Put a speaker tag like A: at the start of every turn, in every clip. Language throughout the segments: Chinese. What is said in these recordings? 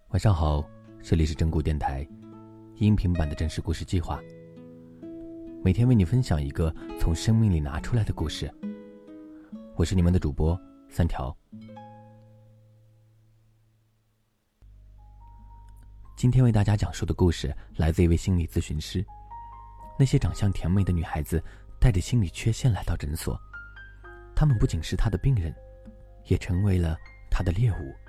A: 晚上好，这里是真故电台音频版的真实故事计划，每天为你分享一个从生命里拿出来的故事。我是你们的主播三条。今天为大家讲述的故事来自一位心理咨询师。那些长相甜美的女孩子带着心理缺陷来到诊所，她们不仅是他的病人，也成为了他的猎物。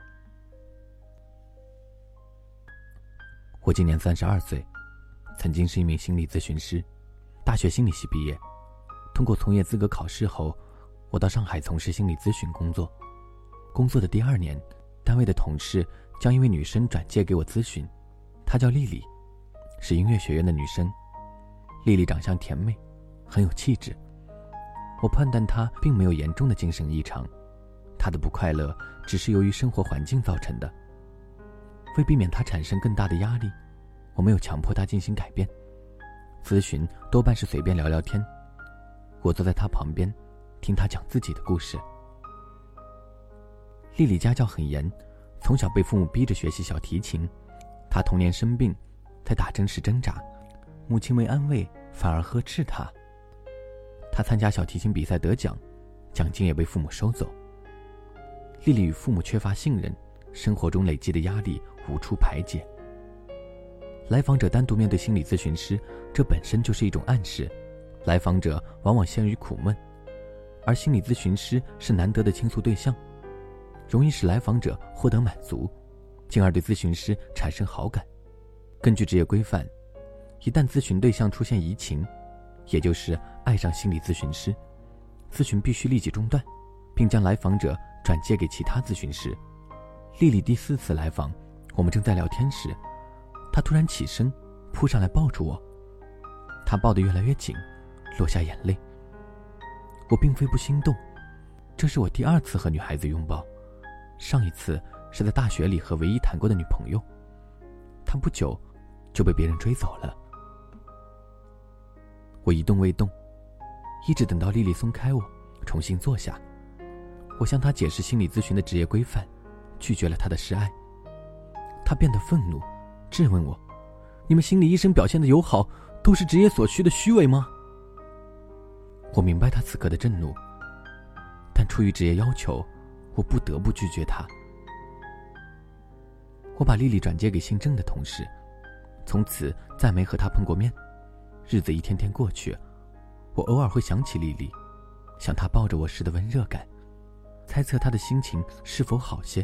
A: 我今年32岁，曾经是一名心理咨询师，大学心理系毕业。通过从业资格考试后，我到上海从事心理咨询工作。工作的第2年，单位的同事将一位女生转介给我咨询，她叫丽丽，是音乐学院的女生。丽丽长相甜美，很有气质。我判断她并没有严重的精神异常，她的不快乐只是由于生活环境造成的。为避免她产生更大的压力，我没有强迫她进行改变。咨询多半是随便聊聊天，我坐在她旁边，听她讲自己的故事。丽丽家教很严，从小被父母逼着学习小提琴。她童年生病，在打针时挣扎，母亲没安慰，反而呵斥她。她参加小提琴比赛得奖，奖金也被父母收走。丽丽与父母缺乏信任，生活中累积的压力无处排解。来访者单独面对心理咨询师，这本身就是一种暗示。来访者往往陷于苦闷，而心理咨询师是难得的倾诉对象，容易使来访者获得满足，进而对咨询师产生好感。根据职业规范，一旦咨询对象出现移情，也就是爱上心理咨询师，咨询必须立即中断，并将来访者转介给其他咨询师。丽丽第4次来访，我们正在聊天时，她突然起身扑上来抱住我，她抱得越来越紧，落下眼泪。我并非不心动，这是我第2次和女孩子拥抱，上一次是在大学里和唯一谈过的女朋友，她不久就被别人追走了。我一动未动，一直等到丽丽松开我，重新坐下。我向她解释心理咨询的职业规范，拒绝了她的示爱。她变得愤怒，质问我：你们心理医生表现的友好，都是职业所需的虚伪吗？我明白她此刻的震怒，但出于职业要求，我不得不拒绝她。我把丽丽转接给姓郑的同事，从此再没和她碰过面。日子一天天过去，我偶尔会想起丽丽，想她抱着我时的温热感，猜测她的心情是否好些。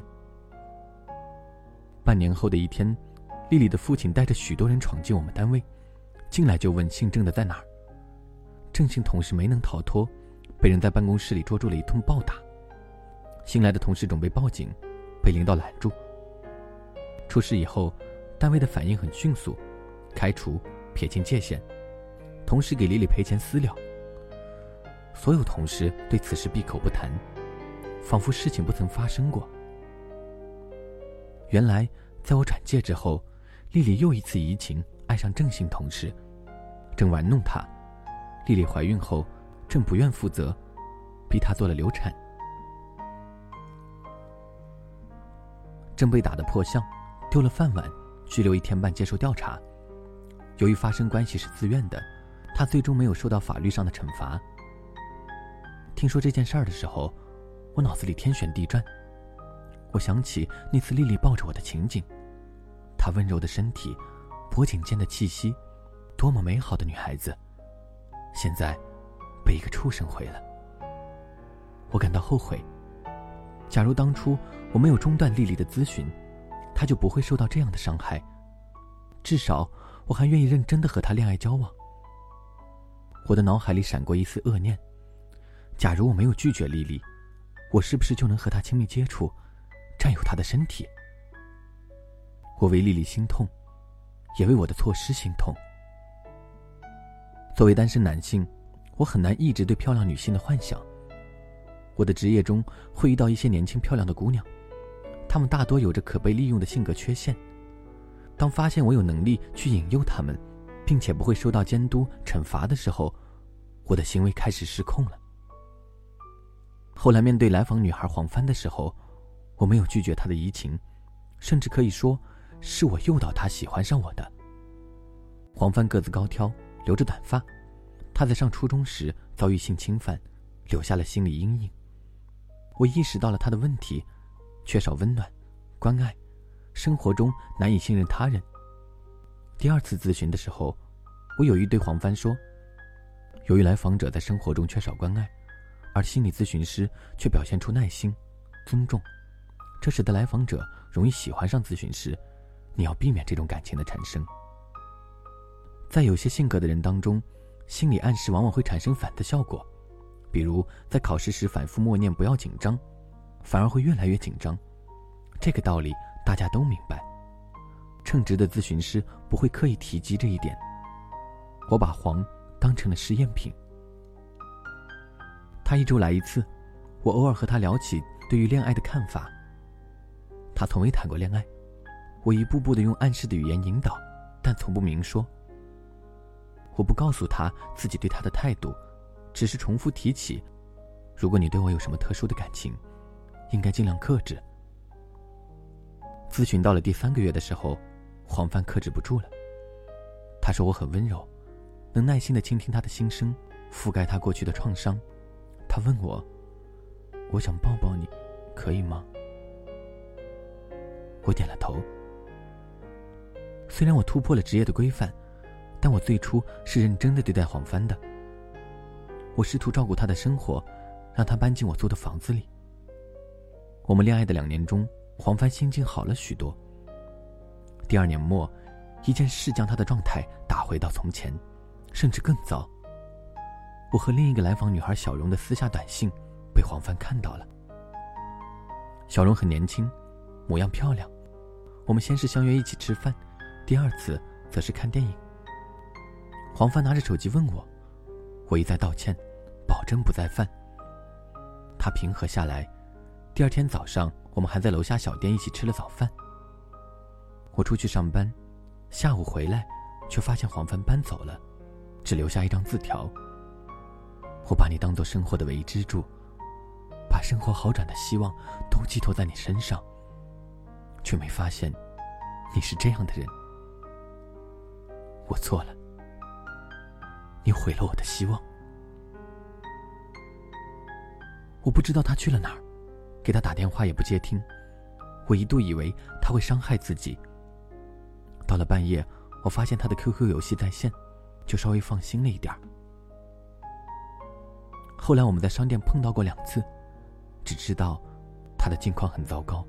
A: 半年后的一天，丽丽的父亲带着许多人闯进我们单位，进来就问姓郑的在哪儿。郑姓同事没能逃脱，被人在办公室里捉住了一通暴打。新来的同事准备报警，被领导拦住。出事以后，单位的反应很迅速，开除、撇清界限，同事给丽丽赔钱私了。所有同事对此事闭口不谈，仿佛事情不曾发生过。原来在我转介之后，丽丽又一次移情，爱上郑姓同事。郑玩弄她，丽丽怀孕后，郑不愿负责，逼她做了流产。郑被打得破相，丢了饭碗，拘留1天半接受调查。由于发生关系是自愿的，她最终没有受到法律上的惩罚。听说这件事儿的时候，我脑子里天旋地转。我想起那次丽丽抱着我的情景，她温柔的身体，脖颈间的气息，多么美好的女孩子，现在被一个畜生毁了。我感到后悔，假如当初我没有中断丽丽的咨询，她就不会受到这样的伤害，至少我还愿意认真地和她恋爱交往。我的脑海里闪过一丝恶念，假如我没有拒绝丽丽，我是不是就能和她亲密接触，占有她的身体？我为丽丽心痛，也为我的错失心痛。作为单身男性，我很难抑制对漂亮女性的幻想。我的职业中会遇到一些年轻漂亮的姑娘，她们大多有着可被利用的性格缺陷。当发现我有能力去引诱她们，并且不会受到监督惩罚的时候，我的行为开始失控了。后来面对来访女孩黄帆的时候，我没有拒绝她的移情，甚至可以说是我诱导他喜欢上我的。黄帆个子高挑，留着短发，他在上初中时遭遇性侵犯，留下了心理阴影。我意识到了他的问题，缺少温暖、关爱，生活中难以信任他人。第二次咨询的时候，我有意对黄帆说，由于来访者在生活中缺少关爱，而心理咨询师却表现出耐心、尊重，这使得来访者容易喜欢上咨询师，你要避免这种感情的产生。在有些性格的人当中，心理暗示往往会产生反的效果，比如在考试时反复默念不要紧张，反而会越来越紧张。这个道理大家都明白，称职的咨询师不会刻意提及这一点。我把黄当成了试验品。他1周来1次，我偶尔和他聊起对于恋爱的看法。他从未谈过恋爱，我一步步地用暗示的语言引导，但从不明说。我不告诉他自己对他的态度，只是重复提起，如果你对我有什么特殊的感情，应该尽量克制。咨询到了第3个月的时候，黄帆克制不住了。他说我很温柔，能耐心地倾听他的心声，覆盖他过去的创伤。他问我，我想抱抱你，可以吗？我点了头。虽然我突破了职业的规范，但我最初是认真地对待黄帆的。我试图照顾他的生活，让他搬进我租的房子里。我们恋爱的2年中，黄帆心境好了许多。第2年末，一件事将他的状态打回到从前，甚至更糟。我和另一个来访女孩小荣的私下短信被黄帆看到了。小荣很年轻，模样漂亮。我们先是相约一起吃饭，第2次则是看电影。黄帆拿着手机问我，我一再道歉，保证不再犯。他平和下来。第2天早上，我们还在楼下小店一起吃了早饭。我出去上班，下午回来，却发现黄帆搬走了，只留下一张字条。我把你当作生活的唯一支柱，把生活好转的希望都寄托在你身上，却没发现你是这样的人。我错了，你毁了我的希望。我不知道他去了哪儿，给他打电话也不接听，我一度以为他会伤害自己。到了半夜，我发现他的 QQ 游戏在线，就稍微放心了一点。后来我们在商店碰到过2次，只知道他的境况很糟糕。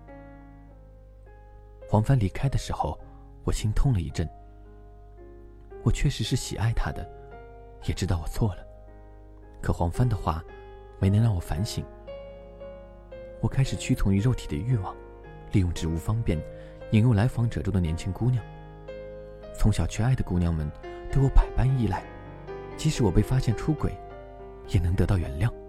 A: 黄帆离开的时候，我心痛了一阵。我确实是喜爱他的，也知道我错了，可黄帆的话没能让我反省。我开始屈从于肉体的欲望，利用职务方便引诱来访者中的年轻姑娘。从小缺爱的姑娘们对我百般依赖，即使我被发现出轨，也能得到原谅。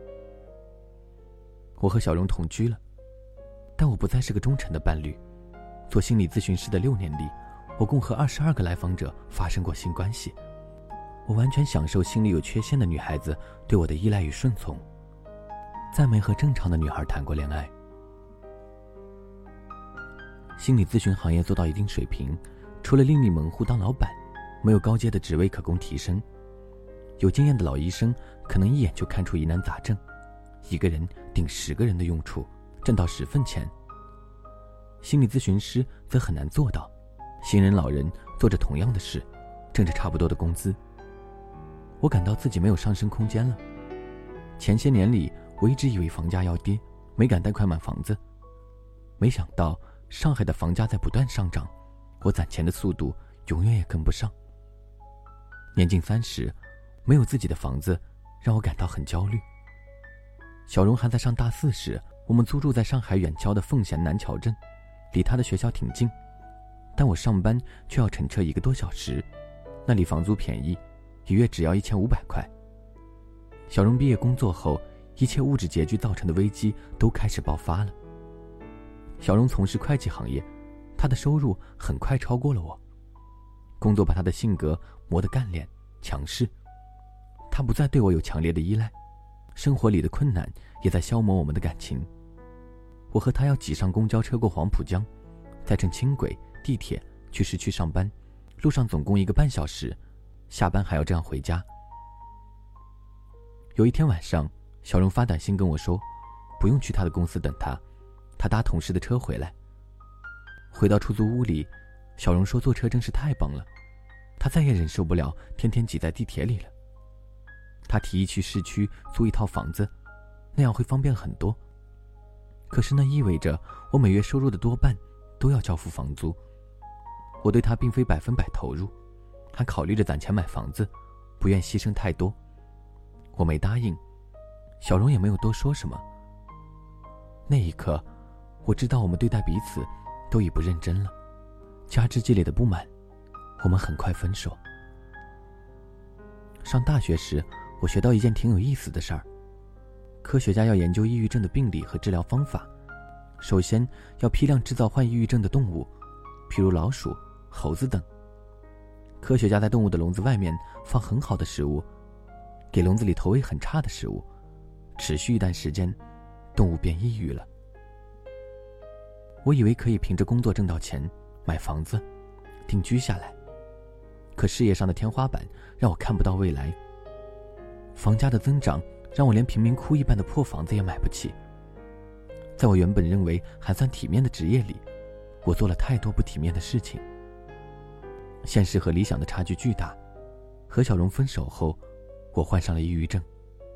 A: 我和小荣同居了，但我不再是个忠诚的伴侣。做心理咨询师的6年里，我共和22个来访者发生过性关系。我完全享受心理有缺陷的女孩子对我的依赖与顺从，再没和正常的女孩谈过恋爱。心理咨询行业做到一定水平，除了另立门户当老板，没有高阶的职位可供提升。有经验的老医生可能一眼就看出疑难杂症，一个人顶10个人的用处，挣到10份钱。心理咨询师则很难做到，新人老人做着同样的事，挣着差不多的工资。我感到自己没有上升空间了。前些年里，我一直以为房价要跌，没敢贷款买房子。没想到上海的房价在不断上涨，我攒钱的速度永远也跟不上。年近30，没有自己的房子，让我感到很焦虑。小荣还在上大4时，我们租住在上海远郊的奉贤南桥镇，离他的学校挺近，但我上班却要乘车1个多小时。那里房租便宜，1月只要1500块。小荣毕业工作后，一切物质拮据造成的危机都开始爆发了。小荣从事会计行业，他的收入很快超过了我。工作把他的性格磨得干练强势，他不再对我有强烈的依赖，生活里的困难也在消磨我们的感情。我和他要挤上公交车过黄浦江， 再乘轻轨、地铁去市区上班，路上总共1个半小时，下班还要这样回家。有一天晚上，小荣发短信跟我说，不用去他的公司等他，他搭同事的车回来。回到出租屋里，小荣说坐车真是太棒了，他再也忍受不了天天挤在地铁里了。他提议去市区租一套房子，那样会方便很多。可是那意味着我每月收入的多半都要交付房租。我对他并非100%投入，还考虑着攒钱买房子，不愿牺牲太多。我没答应，小荣也没有多说什么。那一刻，我知道我们对待彼此都已不认真了，加之积累的不满，我们很快分手。上大学时，我学到一件挺有意思的事儿。科学家要研究抑郁症的病理和治疗方法，首先要批量制造患抑郁症的动物，譬如老鼠、猴子等。科学家在动物的笼子外面放很好的食物，给笼子里投喂很差的食物，持续一段时间，动物变抑郁了。我以为可以凭着工作挣到钱，买房子，定居下来。可事业上的天花板让我看不到未来，房价的增长让我连贫民窟一般的破房子也买不起。在我原本认为还算体面的职业里，我做了太多不体面的事情。现实和理想的差距巨大，和小荣分手后，我患上了抑郁症。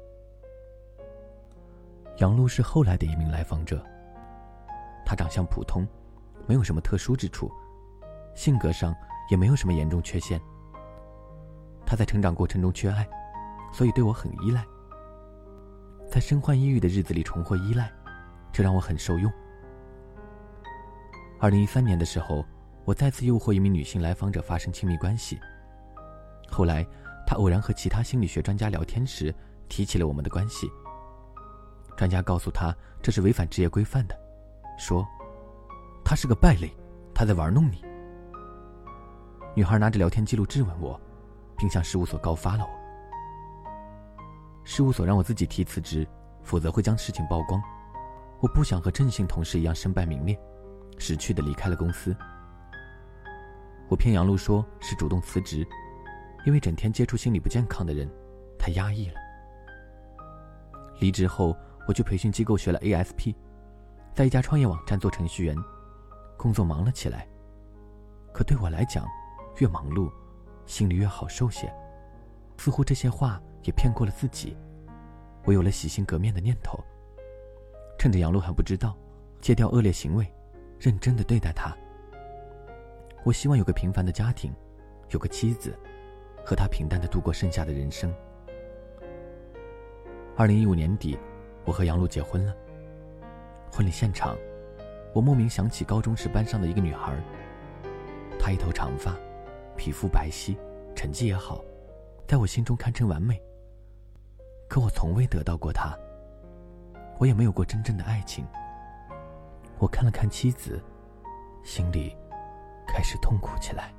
A: 杨璐是后来的一名来访者，他长相普通，没有什么特殊之处，性格上也没有什么严重缺陷。他在成长过程中缺爱，所以对我很依赖。在身患抑郁的日子里重获依赖，这让我很受用。2013年的时候，我再次诱惑一名女性来访者发生亲密关系。后来他偶然和其他心理学专家聊天时提起了我们的关系。专家告诉他这是违反职业规范的，说他是个败类，他在玩弄你。女孩拿着聊天记录质问我，并向事务所告发了我。事务所让我自己提辞职，否则会将事情曝光。我不想和正性同事一样身败名裂，识趣地离开了公司。我骗杨璐说是主动辞职，因为整天接触心理不健康的人，太压抑了。离职后，我去培训机构学了 ASP， 在一家创业网站做程序员，工作忙了起来。可对我来讲，越忙碌，心里越好受些。似乎这些话也骗过了自己，我有了洗心革面的念头。趁着杨璐还不知道，戒掉恶劣行为，认真地对待她。我希望有个平凡的家庭，有个妻子，和她平淡地度过剩下的人生。2015年底，我和杨璐结婚了。婚礼现场，我莫名想起高中时班上的一个女孩，她一头长发，皮肤白皙，成绩也好，在我心中堪称完美。可我从未得到过她，我也没有过真正的爱情。我看了看妻子，心里开始痛苦起来。